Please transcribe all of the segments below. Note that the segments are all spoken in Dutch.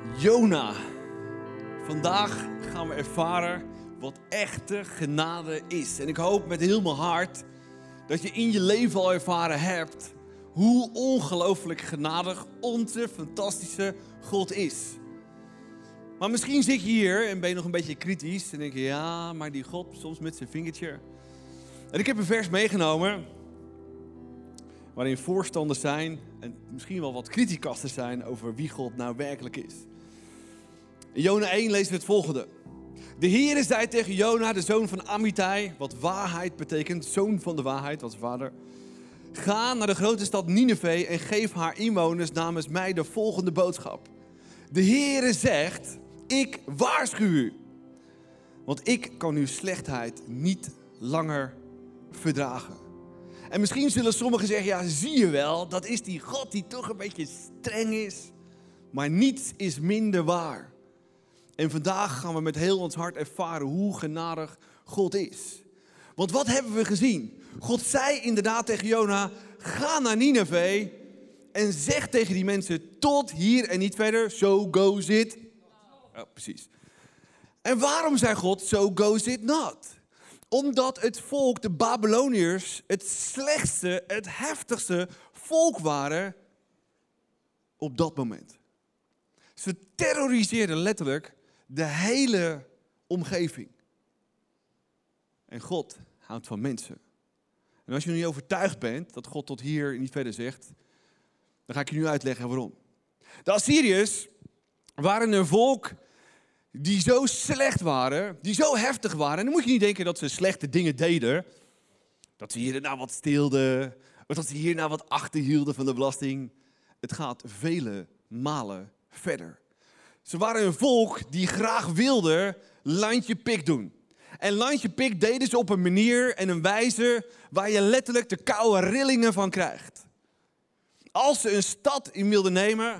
Jona. Vandaag gaan we ervaren wat echte genade is. En ik hoop met heel mijn hart dat je in je leven al ervaren hebt hoe ongelooflijk genadig onze fantastische God is. Maar misschien zit je hier en ben je nog een beetje kritisch en denk je, ja, maar die God soms met zijn vingertje. En ik heb een vers meegenomen waarin voorstanders zijn en misschien wel wat criticasters zijn over wie God nou werkelijk is. In Jona 1 lezen we het volgende. De Heere zei tegen Jona, de zoon van Amittai, wat waarheid betekent, zoon van de waarheid, wat zijn vader. Ga naar de grote stad Nineve en geef haar inwoners namens mij de volgende boodschap. De Heere zegt, ik waarschuw u, want ik kan uw slechtheid niet langer verdragen. En misschien zullen sommigen zeggen, ja, zie je wel, dat is die God die toch een beetje streng is. Maar niets is minder waar. En vandaag gaan we met heel ons hart ervaren hoe genadig God is. Want wat hebben we gezien? God zei inderdaad tegen Jona, ga naar Nineve en zeg tegen die mensen, tot hier en niet verder, so goes it. Oh, precies. En waarom zei God, so goes it not? Omdat het volk, de Babyloniërs, het slechtste, het heftigste volk waren op dat moment. Ze terroriseerden letterlijk de hele omgeving. En God houdt van mensen. En als je nu niet overtuigd bent dat God tot hier en niet verder zegt, dan ga ik je nu uitleggen waarom. De Assyriërs waren een volk die zo slecht waren, die zo heftig waren. En dan moet je niet denken dat ze slechte dingen deden. Dat ze hier nou wat steelden, of dat ze hier nou wat achterhielden van de belasting. Het gaat vele malen verder. Ze waren een volk die graag wilde landje pik doen. En landje pik deden ze op een manier en een wijze waar je letterlijk de koude rillingen van krijgt. Als ze een stad in wilden nemen,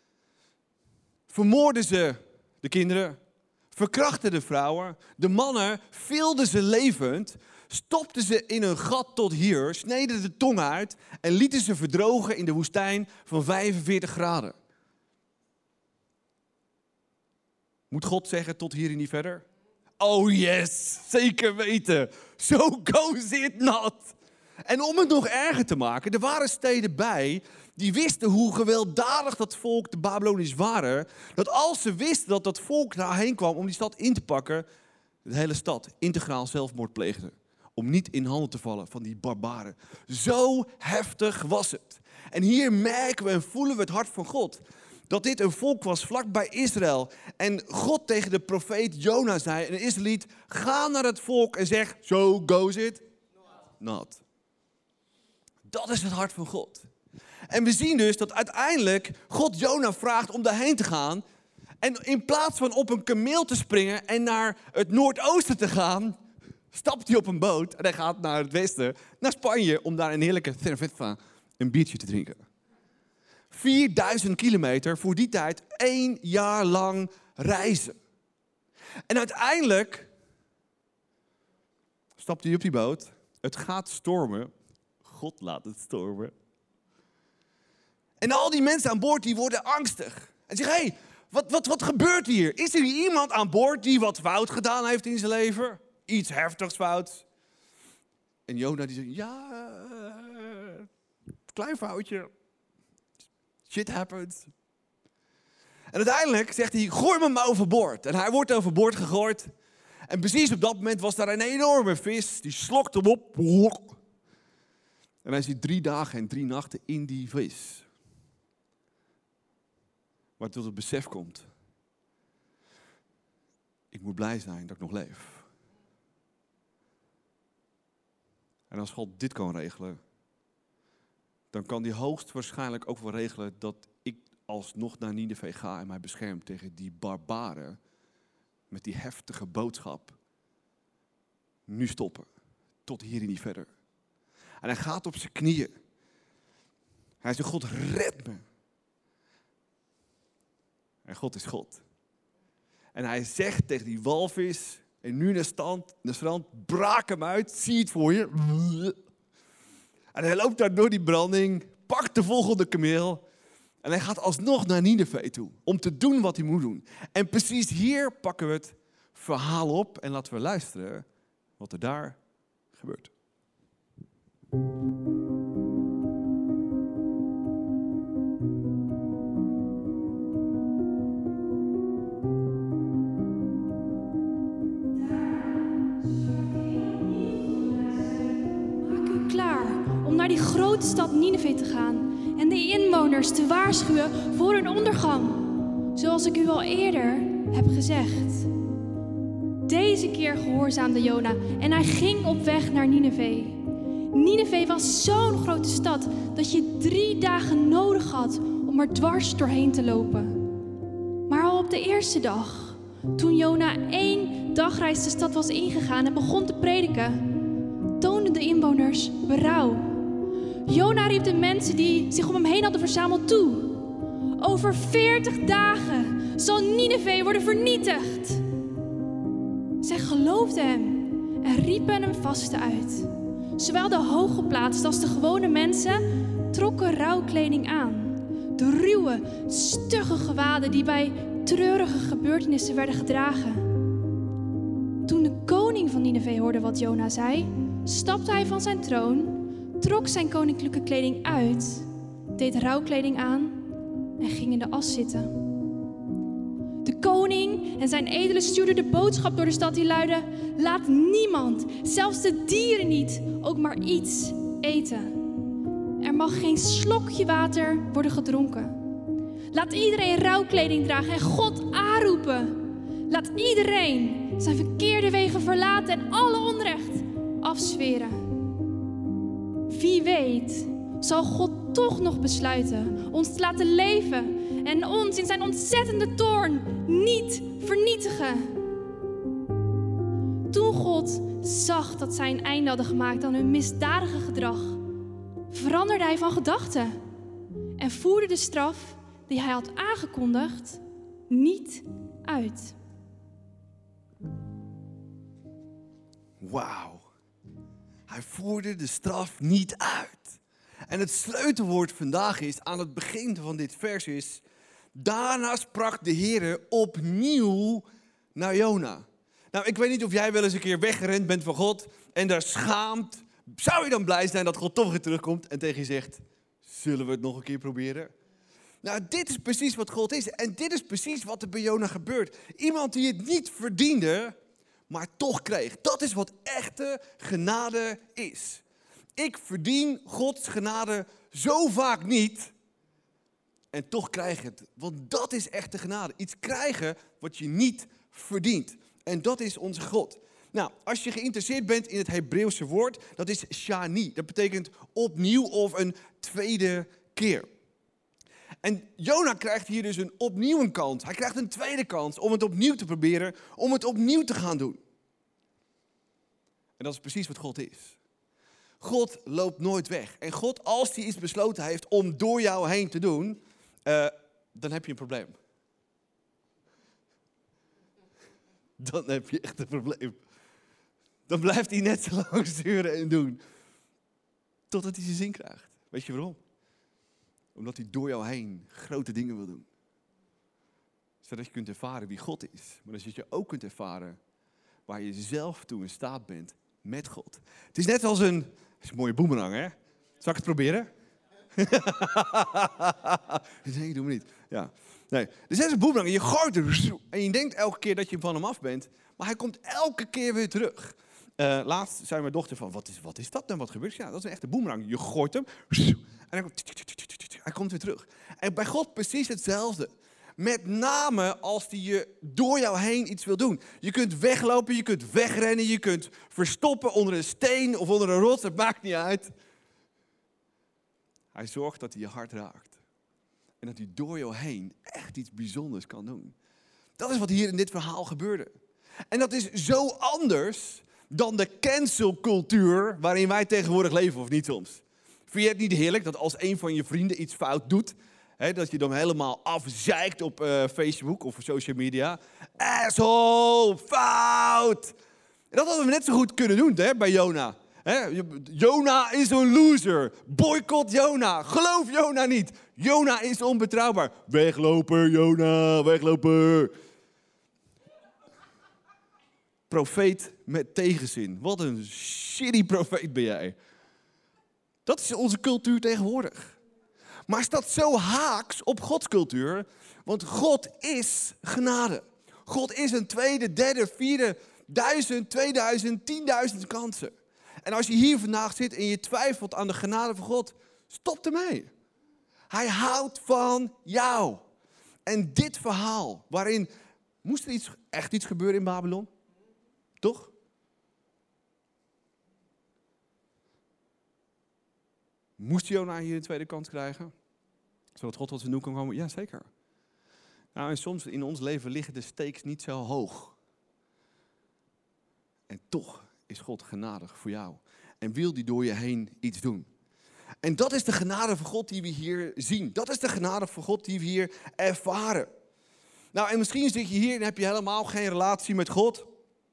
vermoorden ze de kinderen, verkrachten de vrouwen, de mannen vilden ze levend, stopten ze in een gat tot hier, sneden de tong uit en lieten ze verdrogen in de woestijn van 45 graden. Moet God zeggen tot hier en niet verder? Oh yes, zeker weten. So goes it not. En om het nog erger te maken, er waren steden bij die wisten hoe gewelddadig dat volk de Babyloniërs waren. Dat als ze wisten dat dat volk daarheen kwam om die stad in te pakken, de hele stad integraal zelfmoord pleegde. Om niet in handen te vallen van die barbaren. Zo heftig was het. En hier merken we en voelen we het hart van God. Dat dit een volk was vlakbij Israël. En God tegen de profeet Jona zei, een Israëliet, ga naar het volk en zeg, so goes it not. Dat is het hart van God. En we zien dus dat uiteindelijk God Jona vraagt om daarheen te gaan. En in plaats van op een kameel te springen en naar het noordoosten te gaan, stapt hij op een boot en hij gaat naar het westen, naar Spanje, om daar een heerlijke cerveza, een biertje te drinken. 4000 kilometer voor die tijd 1 jaar lang reizen. En uiteindelijk stapt hij op die boot. Het gaat stormen. God laat het stormen. En al die mensen aan boord die worden angstig. En zeggen, hey, wat gebeurt hier? Is er iemand aan boord die wat fout gedaan heeft in zijn leven? Iets heftigs fouts? En Jona die zegt, ja, klein foutje. Shit happens. En uiteindelijk zegt hij, gooi me maar overboord. En hij wordt overboord gegooid. En precies op dat moment was daar een enorme vis. Die slokt hem op. En hij zit 3 dagen en 3 nachten in die vis. Maar tot het besef komt. Ik moet blij zijn dat ik nog leef. En als God dit kan regelen, dan kan hij hoogstwaarschijnlijk ook wel regelen dat ik alsnog naar Nineve ga en mij bescherm tegen die barbaren met die heftige boodschap. Nu stoppen, tot hier en niet verder. En hij gaat op zijn knieën. Hij zegt, God, red me. En God is God. En hij zegt tegen die walvis, en nu naar strand, braak hem uit, zie het voor je. En hij loopt daar door die branding, pakt de volgende kameel En hij gaat alsnog naar Nineve toe om te doen wat hij moet doen. En precies hier pakken we het verhaal op en laten we luisteren wat er daar gebeurt. Maak u klaar om naar die grote stad Nineve te gaan en de inwoners te waarschuwen voor hun ondergang, zoals ik u al eerder heb gezegd. Deze keer gehoorzaamde Jona en hij ging op weg naar Nineve. Nineve was zo'n grote stad dat je 3 dagen nodig had om er dwars doorheen te lopen. Maar al op de eerste dag, toen Jona 1 dagreis de stad was ingegaan en begon te prediken, toonden de inwoners berouw. Jona riep de mensen die zich om hem heen hadden verzameld toe. Over 40 dagen zal Nineve worden vernietigd. Zij geloofden hem en riepen hem vasten uit. Zowel de hooggeplaatsten als de gewone mensen trokken rouwkleding aan. De ruwe, stugge gewaden die bij treurige gebeurtenissen werden gedragen. Toen de koning van Nineve hoorde wat Jona zei, stapte hij van zijn troon, trok zijn koninklijke kleding uit, deed rouwkleding aan en ging in de as zitten. De koning en zijn edelen stuurden de boodschap door de stad die luidde: laat niemand, zelfs de dieren niet, ook maar iets eten. Er mag geen slokje water worden gedronken. Laat iedereen rouwkleding dragen en God aanroepen. Laat iedereen zijn verkeerde wegen verlaten en alle onrecht afzweren. Wie weet zal God toch nog besluiten ons te laten leven en ons in zijn ontzettende toorn niet vernietigen. Toen God zag dat zij een einde hadden gemaakt aan hun misdadige gedrag, veranderde hij van gedachten en voerde de straf die hij had aangekondigd niet uit. Wauw. Hij voerde de straf niet uit. En het sleutelwoord vandaag is, aan het begin van dit vers is: daarna sprak de Heere opnieuw naar Jona. Nou, ik weet niet of jij wel eens een keer weggerend bent van God en daar schaamt. Zou je dan blij zijn dat God toch weer terugkomt en tegen je zegt: zullen we het nog een keer proberen? Nou, dit is precies wat God is. En dit is precies wat er bij Jona gebeurt. Iemand die het niet verdiende, maar toch kreeg. Dat is wat echte genade is. Ik verdien Gods genade zo vaak niet. En toch krijg je het. Want dat is echte genade. Iets krijgen wat je niet verdient. En dat is onze God. Nou, als je geïnteresseerd bent in het Hebreeuwse woord, dat is shani. Dat betekent opnieuw of een tweede keer. En Jona krijgt hier dus opnieuw een kans. Hij krijgt een tweede kans om het opnieuw te proberen, om het opnieuw te gaan doen. En dat is precies wat God is. God loopt nooit weg. En God, als hij iets besloten heeft om door jou heen te doen, dan heb je een probleem. Dan heb je echt een probleem. Dan blijft hij net zo lang sturen en doen, totdat hij zijn zin krijgt. Weet je waarom? Omdat hij door jou heen grote dingen wil doen. Zodat je kunt ervaren wie God is. Maar zodat je ook kunt ervaren waar je zelf toe in staat bent met God. Het is net als een mooie boemerang, hè? Zal ik het proberen? Nee, doe me niet. Ja. Nee. Het is net als een boemerang. Je gooit er en je denkt elke keer dat je van hem af bent. Maar hij komt elke keer weer terug. Laatst zei mijn dochter van, wat is dat dan? Wat gebeurt er? Ja, dat is een echte boemerang. Je gooit hem en hij komt weer terug. En bij God precies hetzelfde. Met name als hij je door jou heen iets wil doen. Je kunt weglopen, je kunt wegrennen, je kunt verstoppen onder een steen of onder een rots. Het maakt niet uit. Hij zorgt dat hij je hart raakt. En dat hij door jou heen echt iets bijzonders kan doen. Dat is wat hier in dit verhaal gebeurde. En dat is zo anders dan de cancelcultuur waarin wij tegenwoordig leven, of niet soms. Vind je het niet heerlijk dat als een van je vrienden iets fout doet, dat je dan helemaal afzeikt op Facebook of social media? Asshole, fout! En dat hadden we net zo goed kunnen doen bij Jona. Jona is een loser. Boycott Jona. Geloof Jona niet. Jona is onbetrouwbaar. Wegloper, Jona, wegloper. Profeet met tegenzin. Wat een shitty profeet ben jij. Dat is onze cultuur tegenwoordig. Maar staat zo haaks op Gods cultuur. Want God is genade. God is een tweede, derde, vierde, 1000, 2000, 10.000 kansen. En als je hier vandaag zit en je twijfelt aan de genade van God, stop ermee. Hij houdt van jou. En dit verhaal, waarin moest er echt iets gebeuren in Babylon? Toch? Moest Jona hier een tweede kans krijgen? Zodat God tot zijn doel kan komen? Ja, zeker. Nou, en soms in ons leven liggen de stakes niet zo hoog. En toch is God genadig voor jou. En wil die door je heen iets doen. En dat is de genade van God die we hier zien. Dat is de genade van God die we hier ervaren. Nou, en misschien zit je hier en heb je helemaal geen relatie met God.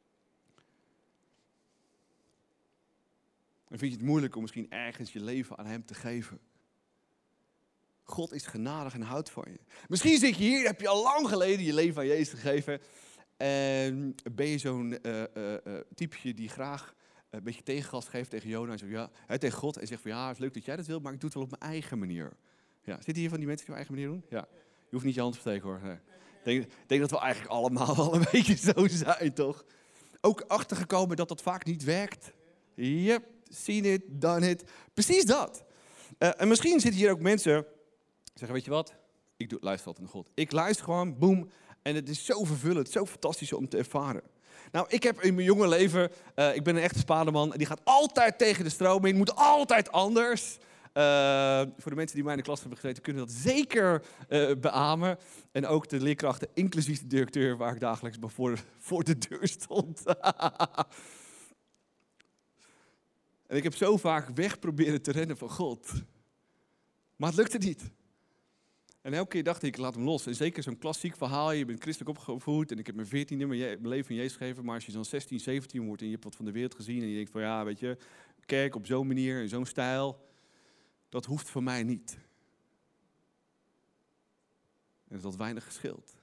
En vind je het moeilijk om misschien ergens je leven aan hem te geven. God is genadig en houdt van je. Misschien zit je hier en heb je al lang geleden je leven aan Jezus gegeven. En ben je zo'n typeje die graag een beetje tegengas geeft tegen Jona. En zegt, ja, tegen God. En zegt van ja, het is leuk dat jij dat wilt, maar ik doe het wel op mijn eigen manier. Ja, zitten hier van die mensen die op eigen manier doen? Ja. Je hoeft niet je hand te steken hoor. Nee. Ik denk dat we eigenlijk allemaal wel een beetje zo zijn, toch? Ook achtergekomen dat dat vaak niet werkt. Yep, seen it, done it. Precies dat. En misschien zitten hier ook mensen zeggen, weet je wat? Ik luister altijd naar God. Ik luister gewoon, boem. En het is zo vervullend, zo fantastisch om te ervaren. Nou, ik heb in mijn jonge leven, ik ben een echte spademan. En die gaat altijd tegen de stroom in, moet altijd anders. Voor de mensen die mij in de klas hebben gezeten, kunnen dat zeker beamen. En ook de leerkrachten, inclusief de directeur, waar ik dagelijks voor de deur stond. En ik heb zo vaak weg proberen te rennen van God. Maar het lukte niet. En elke keer dacht ik laat hem los. En zeker zo'n klassiek verhaal, je bent christelijk opgevoed en ik heb mijn 14e mijn leven in Jezus gegeven. Maar als je dan 16, 17 wordt en je hebt wat van de wereld gezien en je denkt van ja, weet je, kerk op zo'n manier, in zo'n stijl, dat hoeft voor mij niet. En het had weinig gescheeld.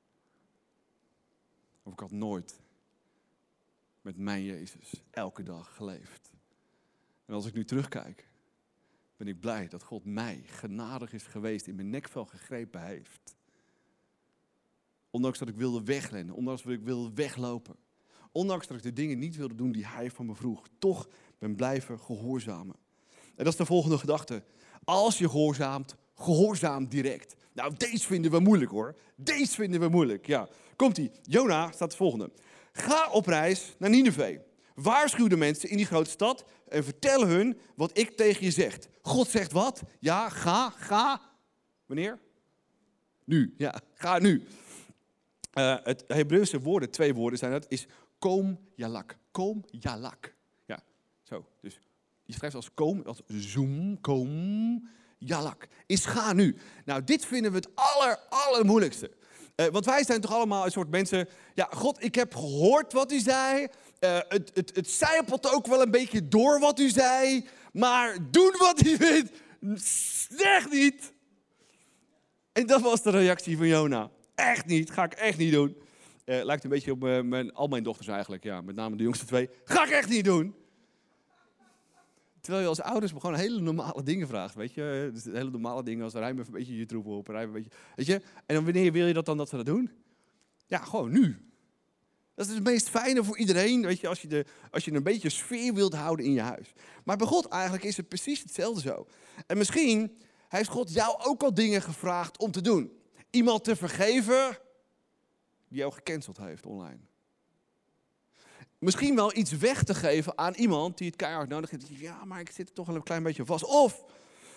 Of ik had nooit met mijn Jezus elke dag geleefd. En als ik nu terugkijk, ben ik blij dat God mij genadig is geweest, in mijn nekvel gegrepen heeft. Ondanks dat ik wilde wegrennen, ondanks dat ik wilde weglopen. Ondanks dat ik de dingen niet wilde doen die hij van me vroeg. Toch ben blijven gehoorzamen. En dat is de volgende gedachte. Als je gehoorzaamt, gehoorzaam direct. Nou, deze vinden we moeilijk hoor. Deze vinden we moeilijk, ja. Komt-ie. Jona staat het volgende. Ga op reis naar Nineve. Waarschuw de mensen in die grote stad en vertel hun wat ik tegen je zeg. God zegt wat? Ja, ga. Wanneer? Nu, ja, ga nu. Het Hebreeuwse woorden, 2 woorden zijn dat, is kom jalak. Kom jalak. Ja, zo. Dus je schrijft als kom, als zoom, kom jalak. Is ga nu. Nou, dit vinden we het allermoeilijkste. Want wij zijn toch allemaal een soort mensen. Ja, God, ik heb gehoord wat u zei. Het zijpelt ook wel een beetje door wat u zei. Maar doen wat u vindt, echt niet. En dat was de reactie van Jona. Echt niet, ga ik echt niet doen. Lijkt een beetje op al mijn dochters eigenlijk. Ja, met name de jongste 2. Ga ik echt niet doen. Terwijl je als ouders me gewoon hele normale dingen vraagt, weet je. Dus hele normale dingen als ruim even een beetje je troep op, ruim een beetje, weet je. En dan wanneer wil je dat dan dat ze dat doen? Ja, gewoon nu. Dat is het meest fijne voor iedereen, weet je, als je een beetje sfeer wilt houden in je huis. Maar bij God eigenlijk is het precies hetzelfde zo. En misschien heeft God jou ook al dingen gevraagd om te doen. Iemand te vergeven die jou gecanceld heeft online. Misschien wel iets weg te geven aan iemand die het keihard nodig heeft. Ja, maar ik zit er toch wel een klein beetje vast. Of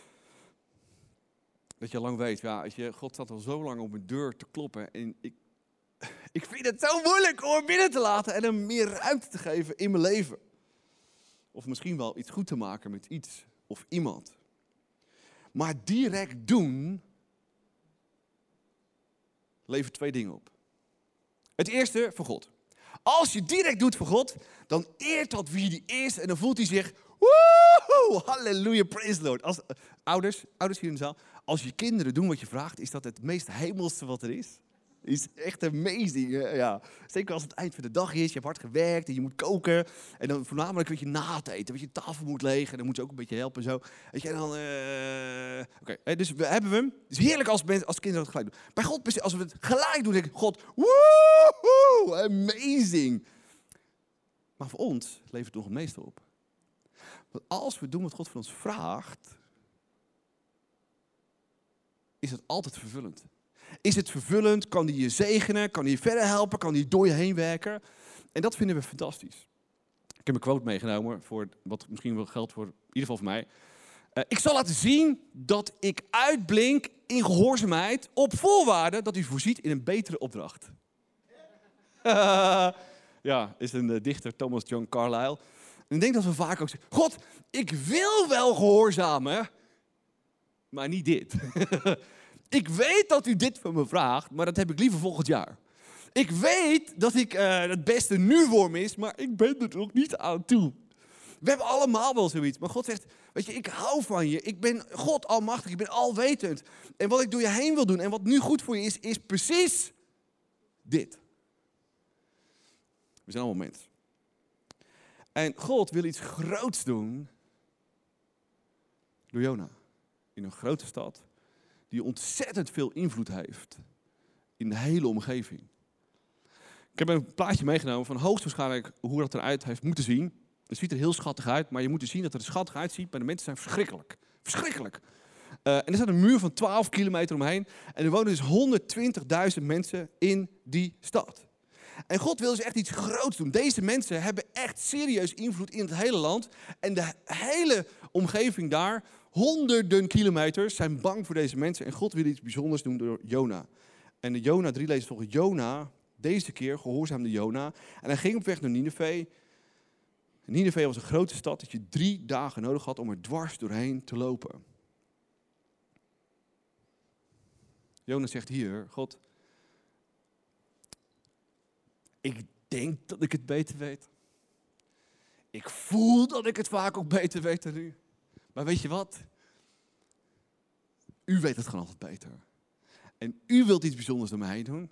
dat je lang weet, ja, God staat al zo lang op mijn deur te kloppen. En ik vind het zo moeilijk om hem binnen te laten en hem meer ruimte te geven in mijn leven. Of misschien wel iets goed te maken met iets of iemand. Maar direct doen levert 2 dingen op. Het eerste voor God. als je direct doet voor God, dan eert dat wie die is. En dan voelt hij zich, woehoe, halleluja, praise the Lord. Als, ouders hier in de zaal, als je kinderen doen wat je vraagt, is dat het meest hemelste wat er is. Is echt amazing. Ja. Zeker als het eind van de dag is, je hebt hard gewerkt en je moet koken. En dan voornamelijk weet je na het eten, weet je, de tafel moet leeg en dan moet je ook een beetje helpen en zo. Weet je, en dan, Oké, dus we hebben hem. Het is heerlijk als kinderen dat gelijk doen. Bij God, als we het gelijk doen, denk ik, God, woehoe, amazing. Maar voor ons levert het nog het meeste op. Want als we doen wat God van ons vraagt, is het altijd vervullend. Is het vervullend? Kan hij je zegenen? Kan hij je verder helpen? Kan hij door je heen werken? En dat vinden we fantastisch. Ik heb een quote meegenomen, voor wat misschien wel geldt voor in ieder geval voor mij. Ik zal laten zien dat ik uitblink in gehoorzaamheid op voorwaarde dat u voorziet in een betere opdracht. Ja, is een dichter, Thomas John Carlyle. En ik denk dat we vaak ook zeggen, God, ik wil wel gehoorzamen, maar niet dit. Ik weet dat u dit van me vraagt, maar dat heb ik liever volgend jaar. Ik weet dat ik het beste nu voor me is, maar ik ben er nog niet aan toe. We hebben allemaal wel zoiets. Maar God zegt, weet je, ik hou van je. Ik ben God almachtig, ik ben alwetend. En wat ik door je heen wil doen en wat nu goed voor je is precies dit. We zijn allemaal mensen. En God wil iets groots doen door Jona. In een grote stad die ontzettend veel invloed heeft in de hele omgeving. Ik heb een plaatje meegenomen van hoogstwaarschijnlijk hoe dat eruit heeft moeten zien. Het ziet er heel schattig uit, maar je moet dus zien dat het er schattig uitziet, maar de mensen zijn verschrikkelijk. Verschrikkelijk. En er staat een muur van 12 kilometer omheen en er wonen dus 120.000 mensen in die stad. En God wil dus echt iets groots doen. Deze mensen hebben echt serieus invloed in het hele land. En de hele omgeving daar, honderden kilometers, zijn bang voor deze mensen. En God wil iets bijzonders doen door Jona. En de Jona 3 leest volgens Jona, deze keer gehoorzaamde Jona. En hij ging op weg naar Nineve. Nineve was een grote stad dat je 3 dagen nodig had om er dwars doorheen te lopen. Jona zegt hier, God, ik denk dat ik het beter weet. Ik voel dat ik het vaak ook beter weet dan u. Maar weet je wat? U weet het gewoon altijd beter. En u wilt iets bijzonders door mij heen doen.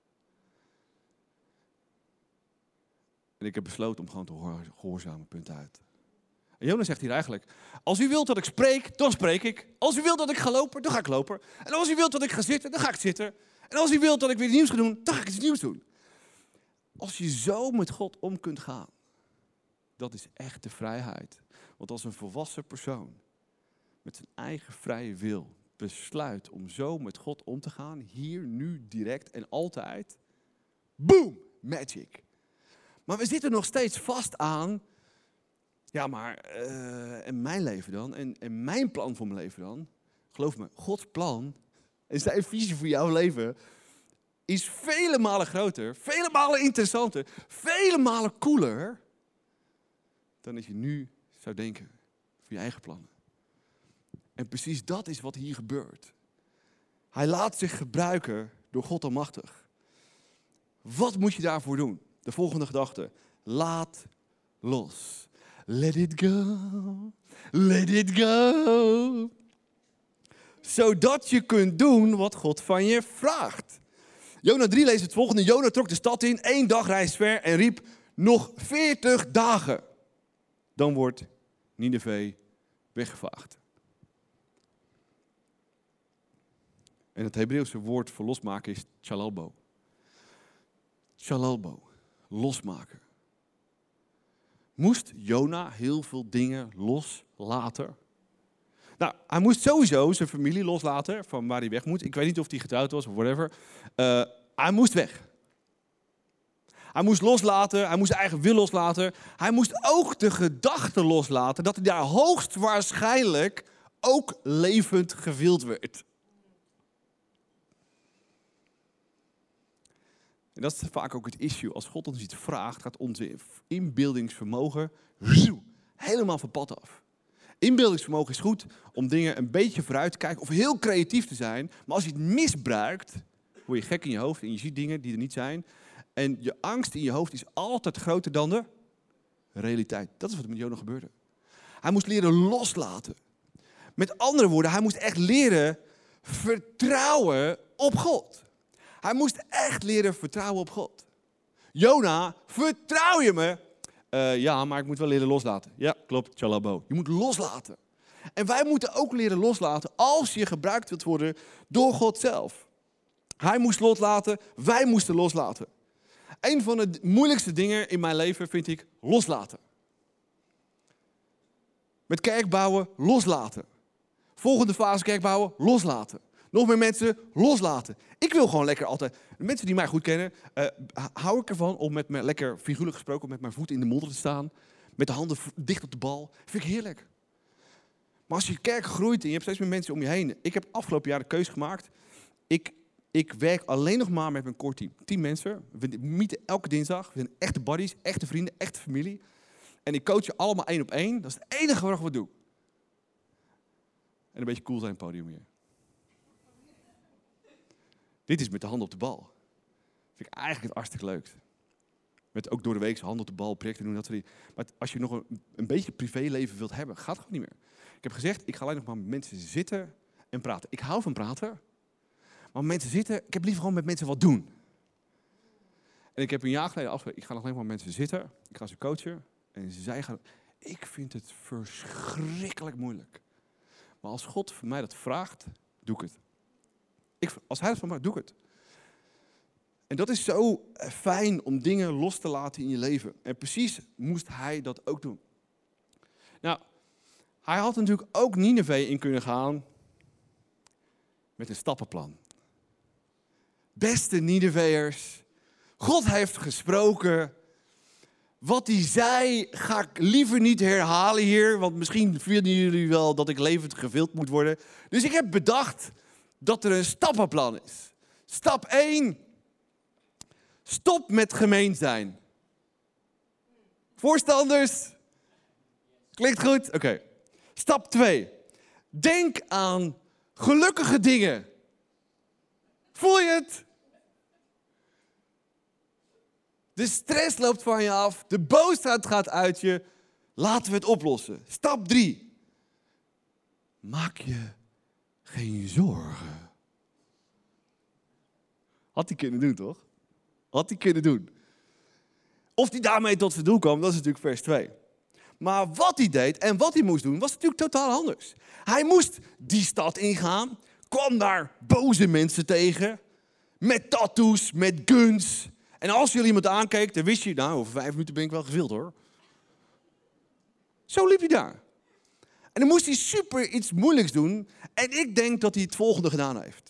En ik heb besloten om gewoon te gehoorzamen, punt uit. En Jona zegt hier eigenlijk, als u wilt dat ik spreek, dan spreek ik. Als u wilt dat ik ga lopen, dan ga ik lopen. En als u wilt dat ik ga zitten, dan ga ik zitten. En als u wilt dat ik weer iets nieuws ga doen, dan ga ik iets nieuws doen. Als je zo met God om kunt gaan, dat is echt de vrijheid. Want als een volwassen persoon met zijn eigen vrije wil besluit om zo met God om te gaan, hier, nu, direct en altijd, boom, magic. Maar we zitten nog steeds vast aan, ja maar, en mijn leven dan, en mijn plan voor mijn leven dan. Geloof me, Gods plan en zijn visie voor jouw leven is vele malen groter, vele malen interessanter, vele malen cooler dan dat je nu zou denken voor je eigen plannen. En precies dat is wat hier gebeurt. Hij laat zich gebruiken door God Almachtig. Wat moet je daarvoor doen? De volgende gedachte. Laat los. Let it go. Let it go. Zodat je kunt doen wat God van je vraagt. Jona 3 leest het volgende. Jona trok de stad in, 1 dagreis ver en riep, nog 40 dagen. Dan wordt Nineve weggevaagd. En het Hebreeuwse woord voor losmaken is chalalbo. Chalalbo, losmaken. Moest Jona heel veel dingen loslaten? Nou, hij moest sowieso zijn familie loslaten van waar hij weg moet. Ik weet niet of hij getrouwd was of whatever. Hij moest weg. Hij moest loslaten, hij moest zijn eigen wil loslaten. Hij moest ook de gedachte loslaten dat hij daar hoogstwaarschijnlijk ook levend gevild werd. En dat is vaak ook het issue. Als God ons iets vraagt, gaat onze inbeeldingsvermogen helemaal van pad af. Inbeeldingsvermogen is goed om dingen een beetje vooruit te kijken of heel creatief te zijn. Maar als je het misbruikt, word je gek in je hoofd en je ziet dingen die er niet zijn. En je angst in je hoofd is altijd groter dan de realiteit. Dat is wat er met Jona gebeurde. Hij moest leren loslaten. Met andere woorden, hij moest echt leren vertrouwen op God. Hij moest echt leren vertrouwen op God. Jona, vertrouw je me? Ja, maar ik moet wel leren loslaten. Ja, klopt, tjalabo. Je moet loslaten. En wij moeten ook leren loslaten als je gebruikt wilt worden door God zelf. Hij moest loslaten, wij moesten loslaten. Een van de moeilijkste dingen in mijn leven vind ik loslaten. Met kerk bouwen, loslaten. Volgende fase kerk bouwen, loslaten. Nog meer mensen, loslaten. Ik wil gewoon lekker altijd... De mensen die mij goed kennen, hou ik ervan om met me lekker figuurlijk gesproken met mijn voeten in de modder te staan. Met de handen dicht op de bal. Vind ik heerlijk. Maar als je kerk groeit en je hebt steeds meer mensen om je heen. Ik heb afgelopen jaar de keuze gemaakt. Ik werk alleen nog maar met mijn core team. 10 mensen. We meeten elke dinsdag. We zijn echte buddies, echte vrienden, echte familie. En ik coach je allemaal 1 op 1. Dat is het enige wat we doen. En een beetje cool zijn op het podium hier. Dit is met de handen op de bal. Dat vind ik eigenlijk het hartstikke leuk. Met ook door de week handen op de bal, projecten doen. Dat soort dingen. Maar als je nog een beetje privéleven wilt hebben, gaat het gewoon niet meer. Ik heb gezegd, ik ga alleen nog maar met mensen zitten en praten. Ik hou van praten. Maar met mensen zitten, ik heb liever gewoon met mensen wat doen. En ik heb een jaar geleden afgesproken, ik ga nog alleen maar met mensen zitten. Ik ga ze coachen. En zij gaan... Ik vind het verschrikkelijk moeilijk. Maar als God voor mij dat vraagt, doe ik het. Als hij dat van mij, doe ik het. En dat is zo fijn om dingen los te laten in je leven. En precies moest hij dat ook doen. Nou, hij had natuurlijk ook Nineve in kunnen gaan met een stappenplan. Beste Nineveërs, God heeft gesproken. Wat hij zei, ga ik liever niet herhalen hier. Want misschien vinden jullie wel dat ik levend gevild moet worden. Dus ik heb bedacht dat er een stappenplan is. Stap 1. Stop met gemeen zijn. Voorstanders? Klinkt goed? Oké. Stap 2. Denk aan gelukkige dingen. Voel je het? De stress loopt van je af. De boosheid gaat uit je. Laten we het oplossen. Stap 3. Maak je geen zorgen. Had hij kunnen doen, toch? Had hij kunnen doen. Of hij daarmee tot zijn doel kwam, dat is natuurlijk vers 2. Maar wat hij deed en wat hij moest doen, was natuurlijk totaal anders. Hij moest die stad ingaan, kwam daar boze mensen tegen. Met tattoos, met guns. En als jullie iemand aankeek, dan wist je, nou, over 5 minuten ben ik wel gevild, hoor. Zo liep hij daar. En dan moest hij super iets moeilijks doen. En ik denk dat hij het volgende gedaan heeft.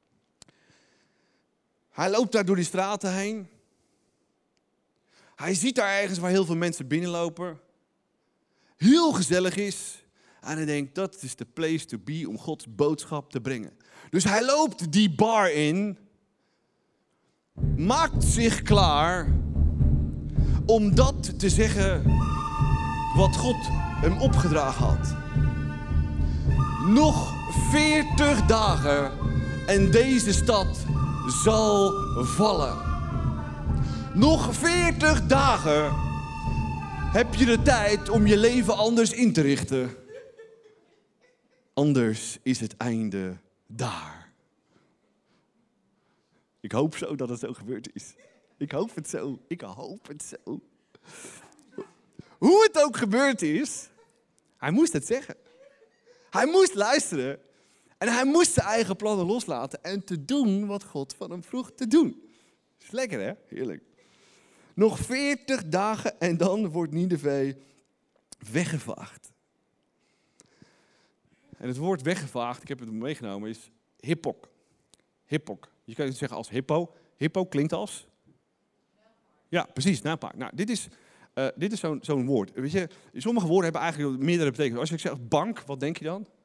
Hij loopt daar door die straten heen. Hij ziet daar ergens waar heel veel mensen binnenlopen. Heel gezellig is. En hij denkt, dat is de place to be om Gods boodschap te brengen. Dus hij loopt die bar in. Maakt zich klaar om dat te zeggen wat God hem opgedragen had. Nog 40 dagen en deze stad zal vallen. Nog 40 dagen heb je de tijd om je leven anders in te richten. Anders is het einde daar. Ik hoop zo dat het zo gebeurd is. Ik hoop het zo. Ik hoop het zo. Hoe het ook gebeurd is, hij moest het zeggen. Hij moest luisteren. En hij moest zijn eigen plannen loslaten en te doen wat God van hem vroeg te doen. Is lekker, hè? Heerlijk. Nog 40 dagen en dan wordt Nineve weggevaagd. En het woord weggevaagd, ik heb het meegenomen, is hippok. Hippok. Je kan het zeggen als hippo. Hippo klinkt als? Ja, precies, napaak. Nou, dit is zo'n woord. Weet je, sommige woorden hebben eigenlijk meerdere betekenissen. Als je zegt bank, wat denk je dan?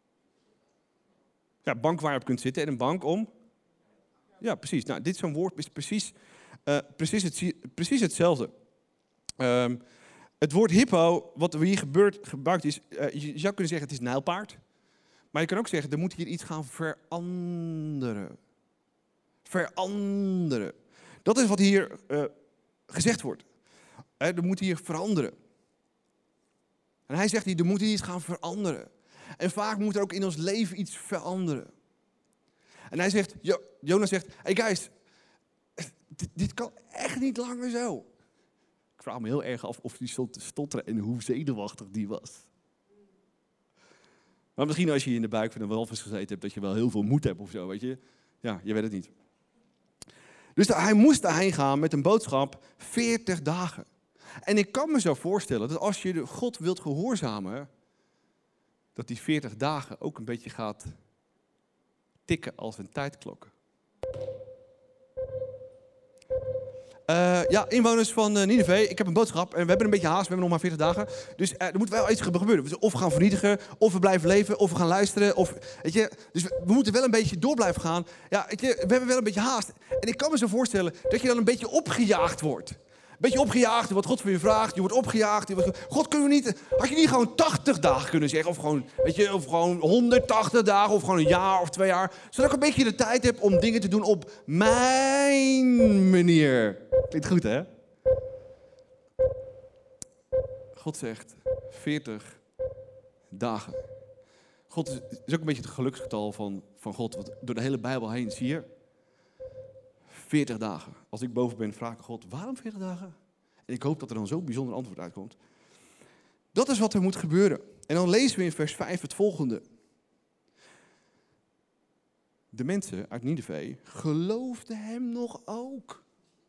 Ja, bank waar je op kunt zitten en een bank om? Ja, precies. Nou, dit zo'n woord is precies hetzelfde. Het woord hippo, wat er hier gebruikt is, je zou kunnen zeggen het is een nijlpaard. Maar je kan ook zeggen, er moet hier iets gaan veranderen. Veranderen. Dat is wat hier gezegd wordt. Er moet hier veranderen. En hij zegt hier, er moet hier iets gaan veranderen. En vaak moet er ook in ons leven iets veranderen. En hij zegt, Jona zegt, hey guys, dit kan echt niet langer zo. Ik vraag me heel erg af of die stond te stotteren en hoe zenuwachtig die was. Maar misschien als je in de buik van een walvis gezeten hebt, dat je wel heel veel moed hebt of zo, weet je. Ja, je weet het niet. Dus hij moest daarheen gaan met een boodschap 40 dagen. En ik kan me zo voorstellen dat als je God wilt gehoorzamen, dat die 40 dagen ook een beetje gaat tikken als een tijdklok. Inwoners van Nineve, ik heb een boodschap en we hebben een beetje haast, we hebben nog maar 40 dagen. Dus er moet wel iets gebeuren. Dus of we gaan vernietigen, of we blijven leven, of we gaan luisteren. Weet je, dus we moeten wel een beetje door blijven gaan. Ja, weet je, we hebben wel een beetje haast. En ik kan me zo voorstellen dat je dan een beetje opgejaagd wordt. Een beetje opgejaagd door wat God van je vraagt. Je wordt opgejaagd. God, kunnen we niet... Had je niet gewoon 80 dagen kunnen zeggen? Of gewoon, weet je, of gewoon 180 dagen, of gewoon een jaar of 2 jaar. Zodat ik een beetje de tijd heb om dingen te doen op mijn manier. Klinkt goed, hè? God zegt 40 dagen. God is ook een beetje het geluksgetal van God. Want door de hele Bijbel heen zie je 40 dagen. Als ik boven ben, vraag ik God, waarom 40 dagen? En ik hoop dat er dan zo'n bijzonder antwoord uitkomt. Dat is wat er moet gebeuren. En dan lezen we in vers 5 het volgende. De mensen uit Nineve geloofden hem nog ook.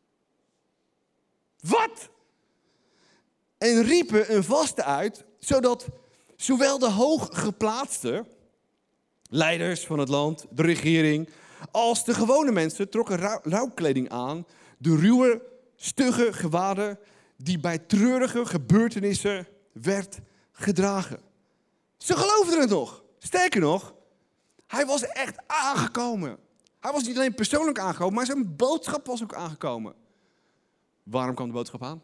Wat? En riepen een vaste uit, zodat zowel de hooggeplaatste leiders van het land, de regering, als de gewone mensen trokken rouwkleding aan, de ruwe, stugge gewaden die bij treurige gebeurtenissen werd gedragen. Ze geloofden het nog. Sterker nog, hij was echt aangekomen. Hij was niet alleen persoonlijk aangekomen, maar zijn boodschap was ook aangekomen. Waarom kwam de boodschap aan?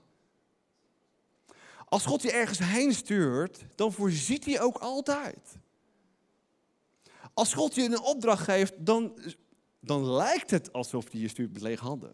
Als God je ergens heen stuurt, dan voorziet hij ook altijd. Als God je een opdracht geeft, dan lijkt het alsof hij je stuurt met lege handen.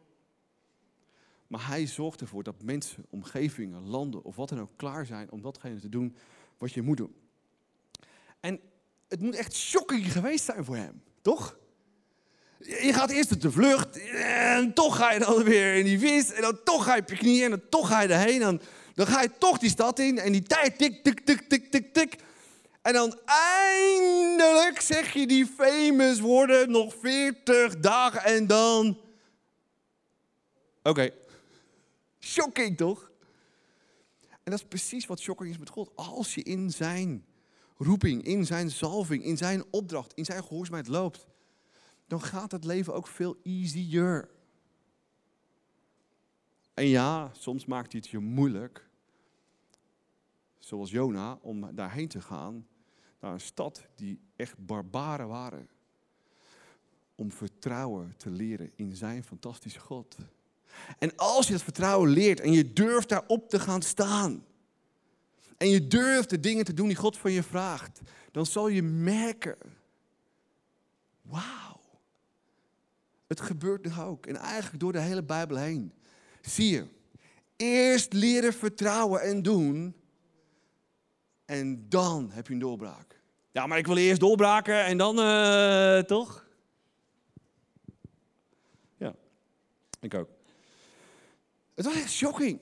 Maar hij zorgt ervoor dat mensen, omgevingen, landen of wat dan ook klaar zijn om datgene te doen wat je moet doen. En het moet echt shocking geweest zijn voor hem, toch? Je gaat eerst op de vlucht en toch ga je dan weer in die vis en dan toch ga je op je knieën en dan toch ga je erheen. En dan ga je toch die stad in en die tijd tik, tik, tik, tik, tik, tik. En dan eindelijk zeg je die famous woorden, nog 40 dagen en dan... Oké. Shocking toch? En dat is precies wat shocking is met God. Als je in zijn roeping, in zijn zalving, in zijn opdracht, in zijn gehoorzaamheid loopt, dan gaat het leven ook veel easier. En ja, soms maakt hij het je moeilijk, zoals Jona, om daarheen te gaan, naar een stad die echt barbaren waren. Om vertrouwen te leren in zijn fantastische God. En als je dat vertrouwen leert en je durft daarop te gaan staan, en je durft de dingen te doen die God van je vraagt, dan zal je merken, wauw, het gebeurt nu ook. En eigenlijk door de hele Bijbel heen. Zie je, eerst leren vertrouwen en doen, en dan heb je een doorbraak. Ja, maar ik wil eerst doorbraken en dan, toch? Ja, ik ook. Het was echt shocking.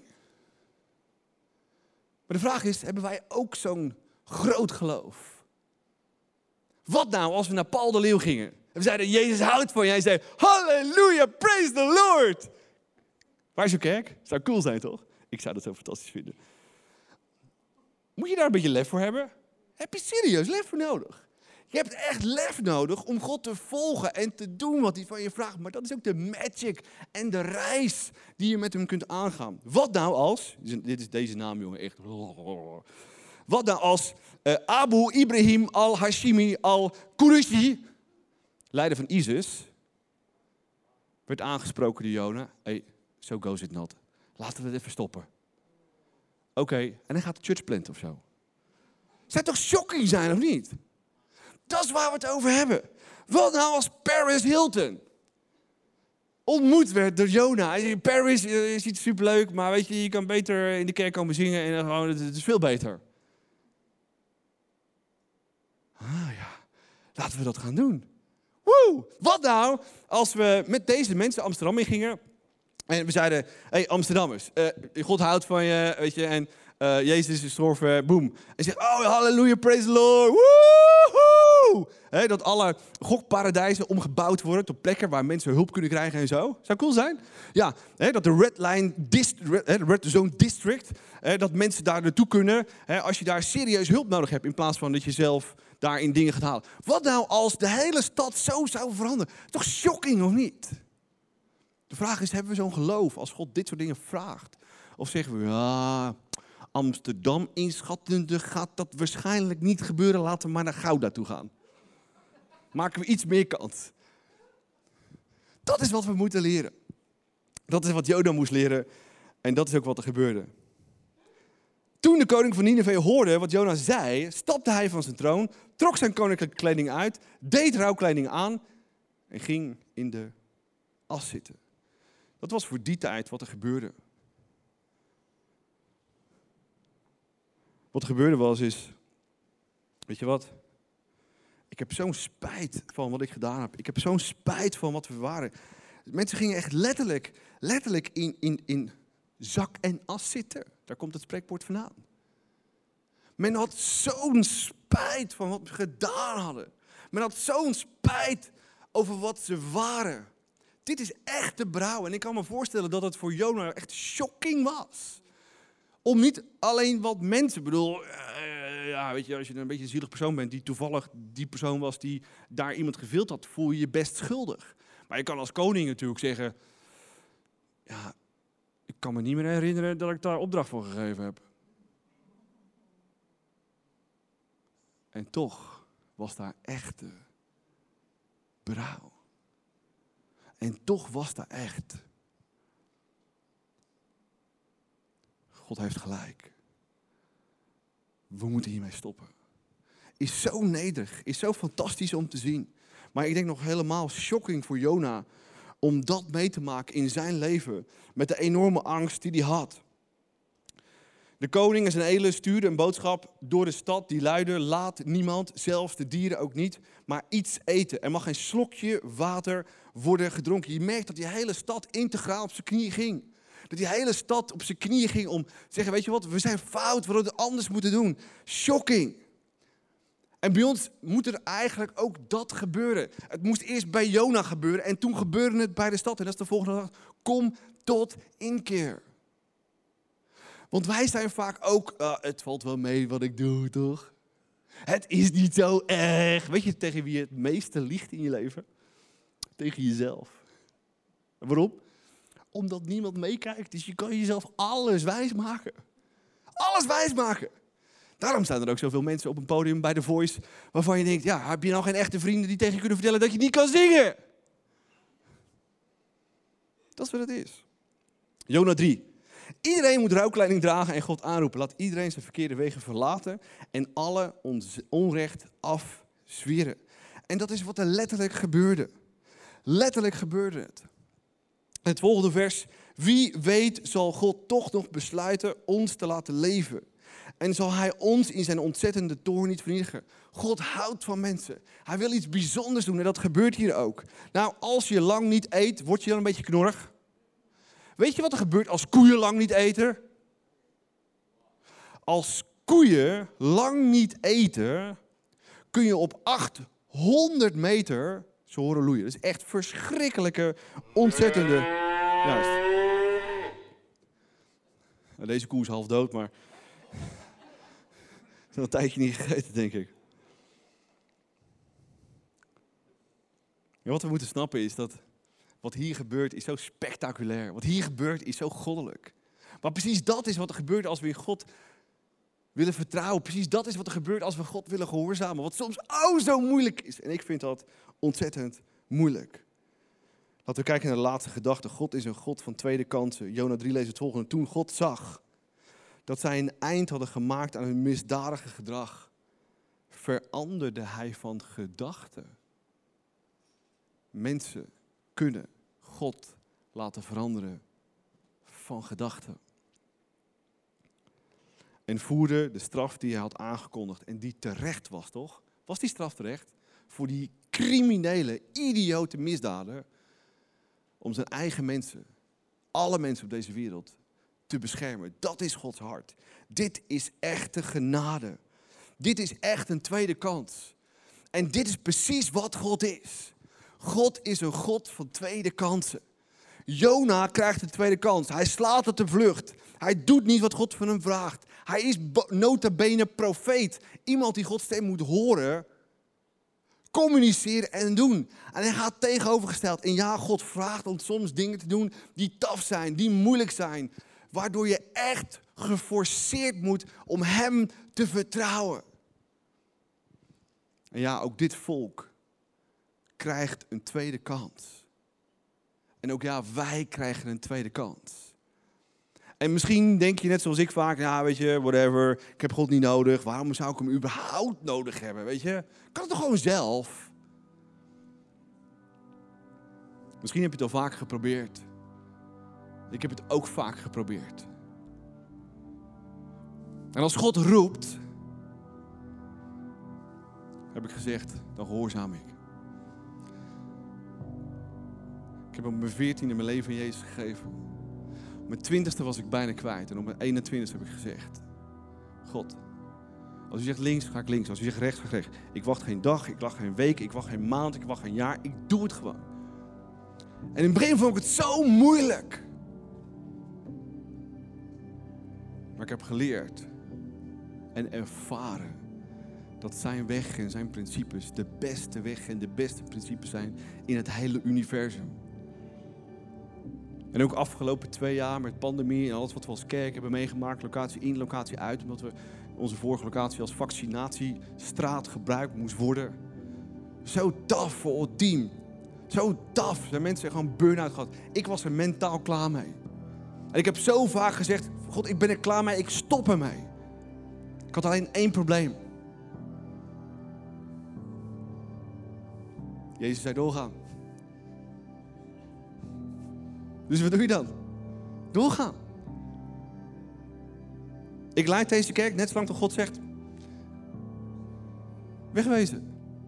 Maar de vraag is, hebben wij ook zo'n groot geloof? Wat nou als we naar Paul de Leeuw gingen? En we zeiden, Jezus houdt van je. Hij zei, halleluja, praise the Lord. Waar is uw kerk? Zou cool zijn, toch? Ik zou dat zo fantastisch vinden. Moet je daar een beetje lef voor hebben? Heb je serieus lef voor nodig? Je hebt echt lef nodig om God te volgen en te doen wat hij van je vraagt. Maar dat is ook de magic en de reis die je met hem kunt aangaan. Wat nou als, dit is deze naam jongen, echt. Wat nou als Abu Ibrahim al-Hashimi al-Qureshi, leider van ISIS, werd aangesproken door Jona. Hey, so goes it not. Laten we het even stoppen. Oké, en hij gaat de church planten of zo. Zou toch shocking zijn, of niet? Dat is waar we het over hebben. Wat nou als Paris Hilton ontmoet werd door Jona. Hij zei, Paris, je ziet superleuk, maar weet je kan beter in de kerk komen zingen en dan gewoon, het is veel beter. Ah ja, laten we dat gaan doen. Woe! Wat nou als we met deze mensen Amsterdam in gingen en we zeiden, hey Amsterdammers, God houdt van je, weet je, en Jezus is gestorven, boem. En zegt, oh halleluja, praise the Lord, woehoe! Dat alle gokparadijzen omgebouwd worden tot plekken waar mensen hulp kunnen krijgen en zo. Zou cool zijn? Ja, dat de Red Zone District, dat mensen daar naartoe kunnen als je daar serieus hulp nodig hebt in plaats van dat je zelf daarin dingen gaat halen. Wat nou als de hele stad zo zou veranderen? Toch shocking of niet? De vraag is, hebben we zo'n geloof als God dit soort dingen vraagt? Of zeggen we, ja, Amsterdam inschattende gaat dat waarschijnlijk niet gebeuren. Laten we maar naar Gouda toe gaan. Maken we iets meer kans. Dat is wat we moeten leren. Dat is wat Jona moest leren. En dat is ook wat er gebeurde. Toen de koning van Nineve hoorde wat Jona zei, stapte hij van zijn troon, trok zijn koninklijke kleding uit, deed rouwkleding aan en ging in de as zitten. Dat was voor die tijd wat er gebeurde. Wat er gebeurde was, weet je wat? Ik heb zo'n spijt van wat ik gedaan heb. Ik heb zo'n spijt van wat we waren. Mensen gingen echt letterlijk in zak en as zitten. Daar komt het spreekwoord vandaan. Men had zo'n spijt van wat we gedaan hadden. Men had zo'n spijt over wat ze waren. Dit is echt de berouw. En ik kan me voorstellen dat het voor Jona echt shocking was. Om niet alleen wat mensen, weet je, als je een beetje een zielig persoon bent die toevallig die persoon was die daar iemand gevild had, voel je je best schuldig. Maar je kan als koning natuurlijk zeggen, ja, ik kan me niet meer herinneren dat ik daar opdracht voor gegeven heb. En toch was daar echte berouw. En toch was daar echt. God heeft gelijk. We moeten hiermee stoppen. Is zo nederig, is zo fantastisch om te zien. Maar ik denk nog helemaal shocking voor Jona om dat mee te maken in zijn leven. Met de enorme angst die hij had. De koning en zijn edelen stuurden een boodschap door de stad die luidde: laat niemand, zelfs de dieren ook niet, maar iets eten. Er mag geen slokje water worden gedronken. Je merkt dat die hele stad integraal op zijn knieën ging. Dat die hele stad op zijn knieën ging om te zeggen, weet je wat, we zijn fout, we hadden het anders moeten doen. Shocking. En bij ons moet er eigenlijk ook dat gebeuren. Het moest eerst bij Jona gebeuren en toen gebeurde het bij de stad. En dat is de volgende dag. Kom tot inkeer. Want wij zijn vaak ook, het valt wel mee wat ik doe, toch? Het is niet zo erg. Weet je tegen wie je het meeste liegt in je leven? Tegen jezelf. En waarom? Omdat niemand meekijkt. Dus je kan jezelf alles wijsmaken. Alles wijsmaken. Daarom staan er ook zoveel mensen op een podium bij The Voice waarvan je denkt, ja, heb je nou geen echte vrienden die tegen je kunnen vertellen dat je niet kan zingen? Dat is wat het is. Jona 3. Iedereen moet rouwkleding dragen en God aanroepen. Laat iedereen zijn verkeerde wegen verlaten en alle onrecht afzweren. En dat is wat er letterlijk gebeurde. Letterlijk gebeurde het. Het volgende vers. Wie weet zal God toch nog besluiten ons te laten leven. En zal hij ons in zijn ontzettende toorn niet vernietigen. God houdt van mensen. Hij wil iets bijzonders doen en dat gebeurt hier ook. Nou, als je lang niet eet, word je dan een beetje knorrig? Weet je wat er gebeurt als koeien lang niet eten? Als koeien lang niet eten, kun je op 800 meter ze horen loeien. Dat is echt verschrikkelijke, ontzettende. Juist. Nou, deze koe is half dood, maar is al een tijdje niet gegeten, denk ik. Ja, wat we moeten snappen is dat wat hier gebeurt is zo spectaculair. Wat hier gebeurt is zo goddelijk. Maar precies dat is wat er gebeurt als we in God willen vertrouwen. Precies dat is wat er gebeurt als we God willen gehoorzamen. Wat soms zo moeilijk is. En ik vind dat ontzettend moeilijk. Laten we kijken naar de laatste gedachte. God is een God van tweede kansen. Jona 3 leest het volgende. Toen God zag dat zij een eind hadden gemaakt aan hun misdadige gedrag, veranderde hij van gedachten. Mensen kunnen God laten veranderen van gedachten. En voerde de straf die hij had aangekondigd en die terecht was, toch? Was die straf terecht? Voor die criminele, idiote misdader. Om zijn eigen mensen, alle mensen op deze wereld, te beschermen. Dat is Gods hart. Dit is echte genade. Dit is echt een tweede kans. En dit is precies wat God is. God is een God van tweede kansen. Jona krijgt een tweede kans. Hij slaat op de vlucht. Hij doet niet wat God van hem vraagt. Hij is nota bene profeet. Iemand die Gods stem moet horen, communiceren en doen. En hij gaat tegenovergesteld. En ja, God vraagt ons soms dingen te doen die taf zijn, die moeilijk zijn. Waardoor je echt geforceerd moet om hem te vertrouwen. En ja, ook dit volk krijgt een tweede kans. En ook ja, wij krijgen een tweede kans. En misschien denk je net zoals ik vaak, ja weet je, whatever, ik heb God niet nodig. Waarom zou ik hem überhaupt nodig hebben, weet je? Ik kan het toch gewoon zelf? Misschien heb je het al vaak geprobeerd. Ik heb het ook vaak geprobeerd. En als God roept, heb ik gezegd, dan gehoorzaam ik. Ik heb op mijn 14e mijn leven aan Jezus gegeven. Op mijn 20e was ik bijna kwijt. En op mijn 21e heb ik gezegd, God, als u zegt links, ga ik links. Als u zegt rechts, ga ik rechts. Ik wacht geen dag, ik wacht geen week, ik wacht geen maand, ik wacht geen jaar. Ik doe het gewoon. En in het begin vond ik het zo moeilijk. Maar ik heb geleerd en ervaren dat zijn weg en zijn principes de beste weg en de beste principes zijn in het hele universum. En ook afgelopen 2 jaar met pandemie en alles wat we als kerk hebben meegemaakt, locatie in, locatie uit, omdat we onze vorige locatie als vaccinatiestraat gebruikt moest worden. Zo tough voor het team. Zo tough. Er zijn mensen gewoon burn-out gehad. Ik was er mentaal klaar mee. En ik heb zo vaak gezegd, God, ik ben er klaar mee, ik stop ermee. Ik had alleen 1 probleem. Jezus zei doorgaan. Dus wat doe je dan? Doorgaan. Ik leid deze kerk net zolang tot God zegt, wegwezen.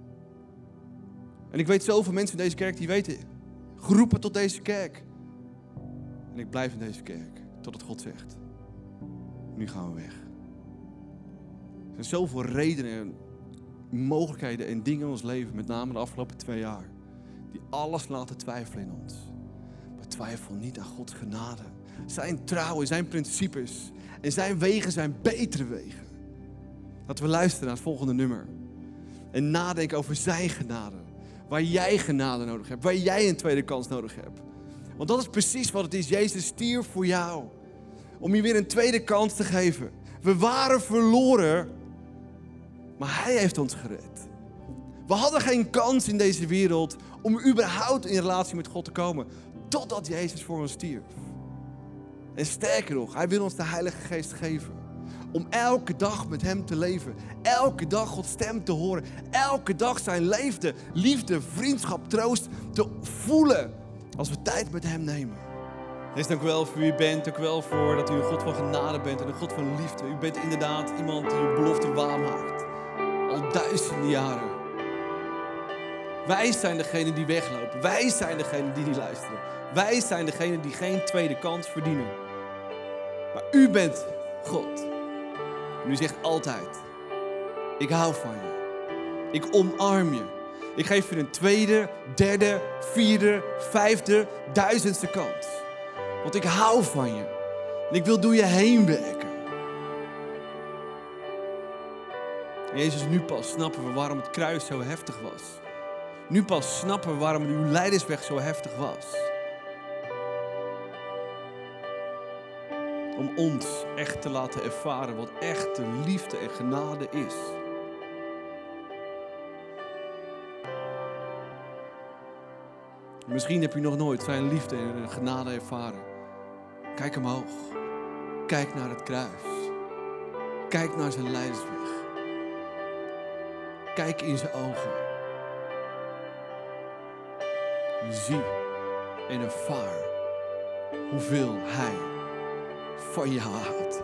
En ik weet zoveel mensen in deze kerk die weten, geroepen tot deze kerk. En ik blijf in deze kerk, totdat God zegt, nu gaan we weg. Er zijn zoveel redenen en mogelijkheden en dingen in ons leven, met name de afgelopen 2 jaar, die alles laten twijfelen in ons. Maar twijfel niet aan Gods genade. Zijn trouw, zijn principes en zijn wegen zijn betere wegen. Laten we luisteren naar het volgende nummer. En nadenken over zijn genade. Waar jij genade nodig hebt. Waar jij een tweede kans nodig hebt. Want dat is precies wat het is. Jezus stierf voor jou. Om je weer een tweede kans te geven. We waren verloren. Maar hij heeft ons gered. We hadden geen kans in deze wereld om überhaupt in relatie met God te komen. Totdat Jezus voor ons stierf. En sterker nog, hij wil ons de Heilige Geest geven. Om elke dag met hem te leven. Elke dag Gods stem te horen. Elke dag zijn liefde, vriendschap, troost te voelen. Als we tijd met hem nemen. Heer, dank u wel voor wie u bent. Dank u wel voor dat u een God van genade bent en een God van liefde. U bent inderdaad iemand die uw belofte waarmaakt. Al duizenden jaren. Wij zijn degene die weglopen. Wij zijn degene die niet luisteren. Wij zijn degene die geen tweede kans verdienen. Maar u bent God. En u zegt altijd, ik hou van je. Ik omarm je. Ik geef je een tweede, derde, vierde, vijfde, 1000ste kans. Want ik hou van je. En ik wil door je heen werken. En Jezus, nu pas snappen we waarom het kruis zo heftig was. Nu pas snappen we waarom uw leidersweg zo heftig was. Om ons echt te laten ervaren wat echte liefde en genade is. Misschien heb je nog nooit zijn liefde en genade ervaren. Kijk omhoog. Kijk naar het kruis. Kijk naar zijn leidersweg. Kijk in zijn ogen. En zie En ervaar hoeveel Hij van jou houdt.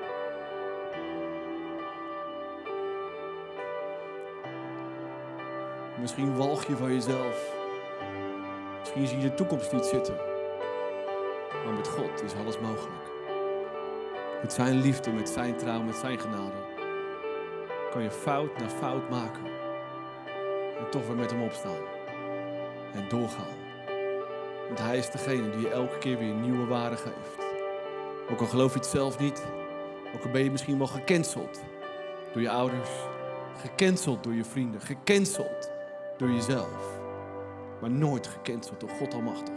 Misschien walg je van jezelf. Misschien zie je de toekomst niet zitten. Maar met God is alles mogelijk. Met zijn liefde, met zijn trouw, met zijn genade. Kan je fout na fout maken. En toch weer met hem opstaan. En doorgaan. Want hij is degene die je elke keer weer nieuwe waarde geeft. Ook al geloof je het zelf niet. Ook al ben je misschien wel gecanceld. Door je ouders. Gecanceld door je vrienden. Gecanceld door jezelf. Maar nooit gecanceld door God Almachtig.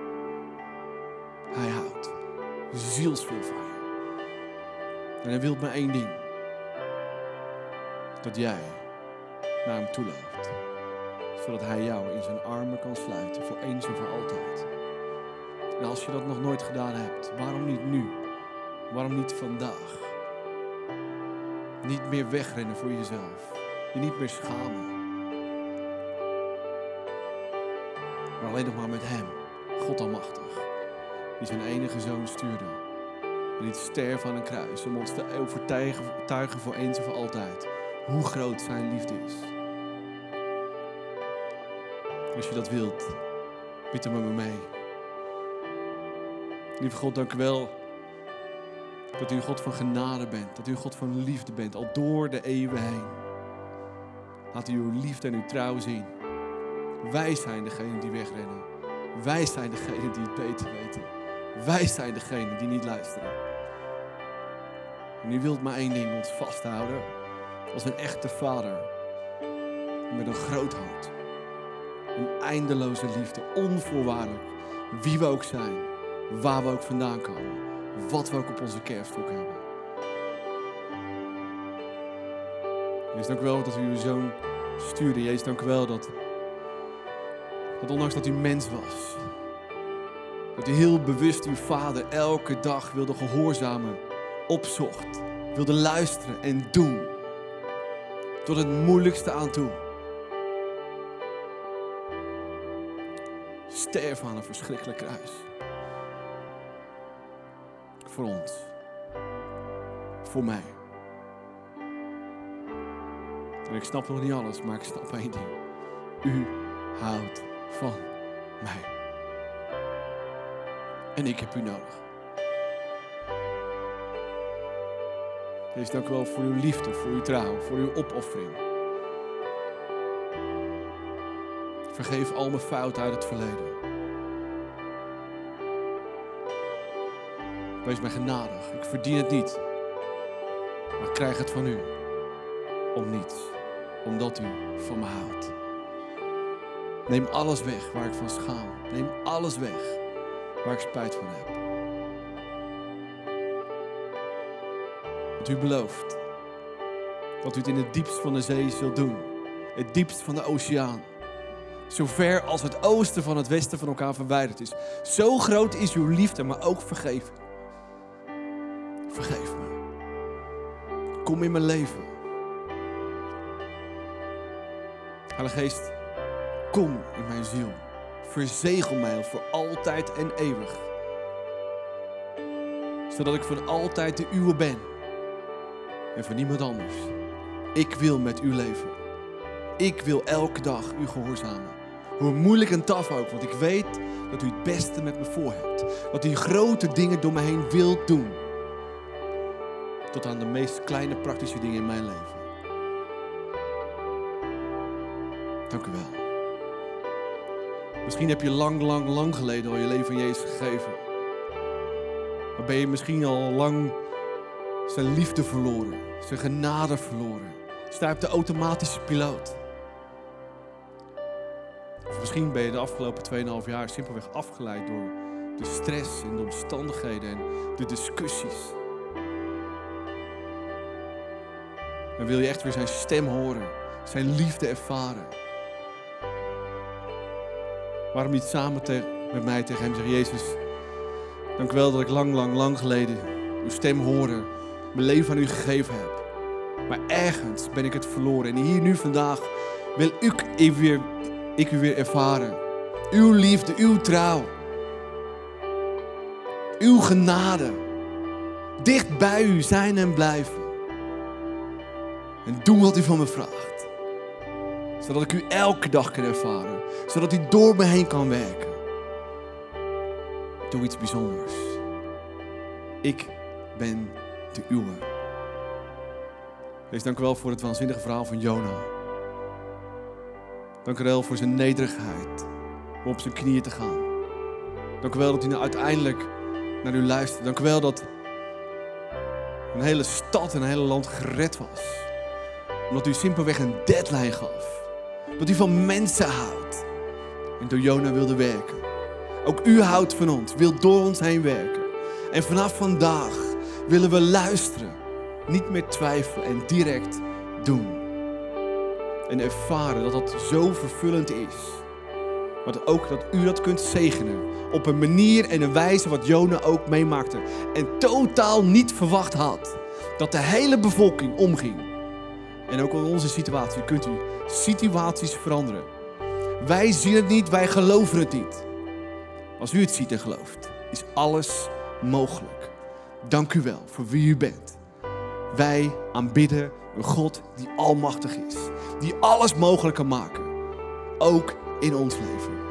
Hij houdt zielsveel van je. En hij wil maar één ding. Dat jij naar hem toe loopt. Zodat hij jou in zijn armen kan sluiten. Voor eens en voor altijd. En als je dat nog nooit gedaan hebt. Waarom niet nu? Waarom niet vandaag? Niet meer wegrennen voor jezelf. Je niet meer schamen. Maar alleen nog maar met hem. God Almachtig. Die zijn enige zoon stuurde. En liet sterven aan een kruis. Om ons te overtuigen voor eens en voor altijd. Hoe groot zijn liefde is. Als je dat wilt, bid er met me mee. Lieve God, dank u wel. Dat u een God van genade bent. Dat u een God van liefde bent. Al door de eeuwen heen. Laat u uw liefde en uw trouw zien. Wij zijn degenen die wegrennen. Wij zijn degenen die het beter weten. Wij zijn degenen die niet luisteren. En u wilt maar één ding, ons vasthouden. Als een echte vader. Met een groot hart. Een eindeloze liefde. Onvoorwaardelijk. Wie we ook zijn. Waar we ook vandaan komen. Wat we ook op onze kerststok hebben. Jezus, dank u wel dat u uw zoon stuurde. Jezus, dank u wel dat ondanks dat u mens was. Dat u heel bewust uw vader elke dag wilde gehoorzamen. Opzocht. Wilde luisteren en doen. Tot het moeilijkste aan toe. Sterven aan een verschrikkelijk kruis. Voor ons. Voor mij. En ik snap nog niet alles, maar ik snap één ding. U houdt van mij. En ik heb u nodig. Jezus, dank u wel voor uw liefde, voor uw trouw, voor uw opoffering. Vergeef al mijn fouten uit het verleden. Wees mij genadig. Ik verdien het niet. Maar ik krijg het van u. Om niets. Omdat u van me houdt. Neem alles weg waar ik van schaam. Neem alles weg waar ik spijt van heb. Want u belooft dat u het in het diepst van de zee zult doen. Het diepst van de oceaan. Zo ver als het oosten van het westen van elkaar verwijderd is. Zo groot is uw liefde, maar ook vergeving. Vergeef me. Kom in mijn leven. Heilige Geest, kom in mijn ziel. Verzegel mij voor altijd en eeuwig. Zodat ik voor altijd de uwe ben. En voor niemand anders. Ik wil met u leven. Ik wil elke dag u gehoorzamen. Hoe moeilijk en taf ook. Want ik weet dat u het beste met me voor hebt. Dat u grote dingen door me heen wilt doen. Tot aan de meest kleine praktische dingen in mijn leven. Dank u wel. Misschien heb je lang geleden al je leven aan Jezus gegeven. Maar ben je misschien al lang zijn liefde verloren. Zijn genade verloren. Sta je op de automatische piloot. Of misschien ben je de afgelopen 2,5 jaar simpelweg afgeleid door de stress en de omstandigheden en de discussies. En wil je echt weer zijn stem horen, zijn liefde ervaren. Waarom niet samen met mij tegen hem zeggen, Jezus, dank u wel dat ik lang geleden uw stem hoorde, mijn leven aan u gegeven heb. Maar ergens ben ik het verloren. En hier nu vandaag wil ik u weer ervaren. Uw liefde, uw trouw. Uw genade. Dicht bij u zijn en blijven. En doen wat u van me vraagt. Zodat ik u elke dag kan ervaren. Zodat u door me heen kan werken. Doe iets bijzonders. Ik ben de uwe. Wees dank u wel voor het waanzinnige verhaal van Jona. Dank u wel voor zijn nederigheid. Om op zijn knieën te gaan. Dank u wel dat hij nou uiteindelijk naar u luistert. Dank u wel dat een hele stad en een hele land gered was. Omdat u simpelweg een deadline gaf. Dat u van mensen houdt. En door Jona wilde werken. Ook u houdt van ons. Wilt door ons heen werken. En vanaf vandaag willen we luisteren. Niet meer twijfelen en direct doen. En ervaren dat dat zo vervullend is. Maar ook dat u dat kunt zegenen. Op een manier en een wijze wat Jona ook meemaakte. En totaal niet verwacht had. Dat de hele bevolking omging. En ook in onze situatie kunt u situaties veranderen. Wij zien het niet, wij geloven het niet. Als u het ziet en gelooft, is alles mogelijk. Dank u wel voor wie u bent. Wij aanbidden een God die almachtig is. Die alles mogelijk kan maken. Ook in ons leven.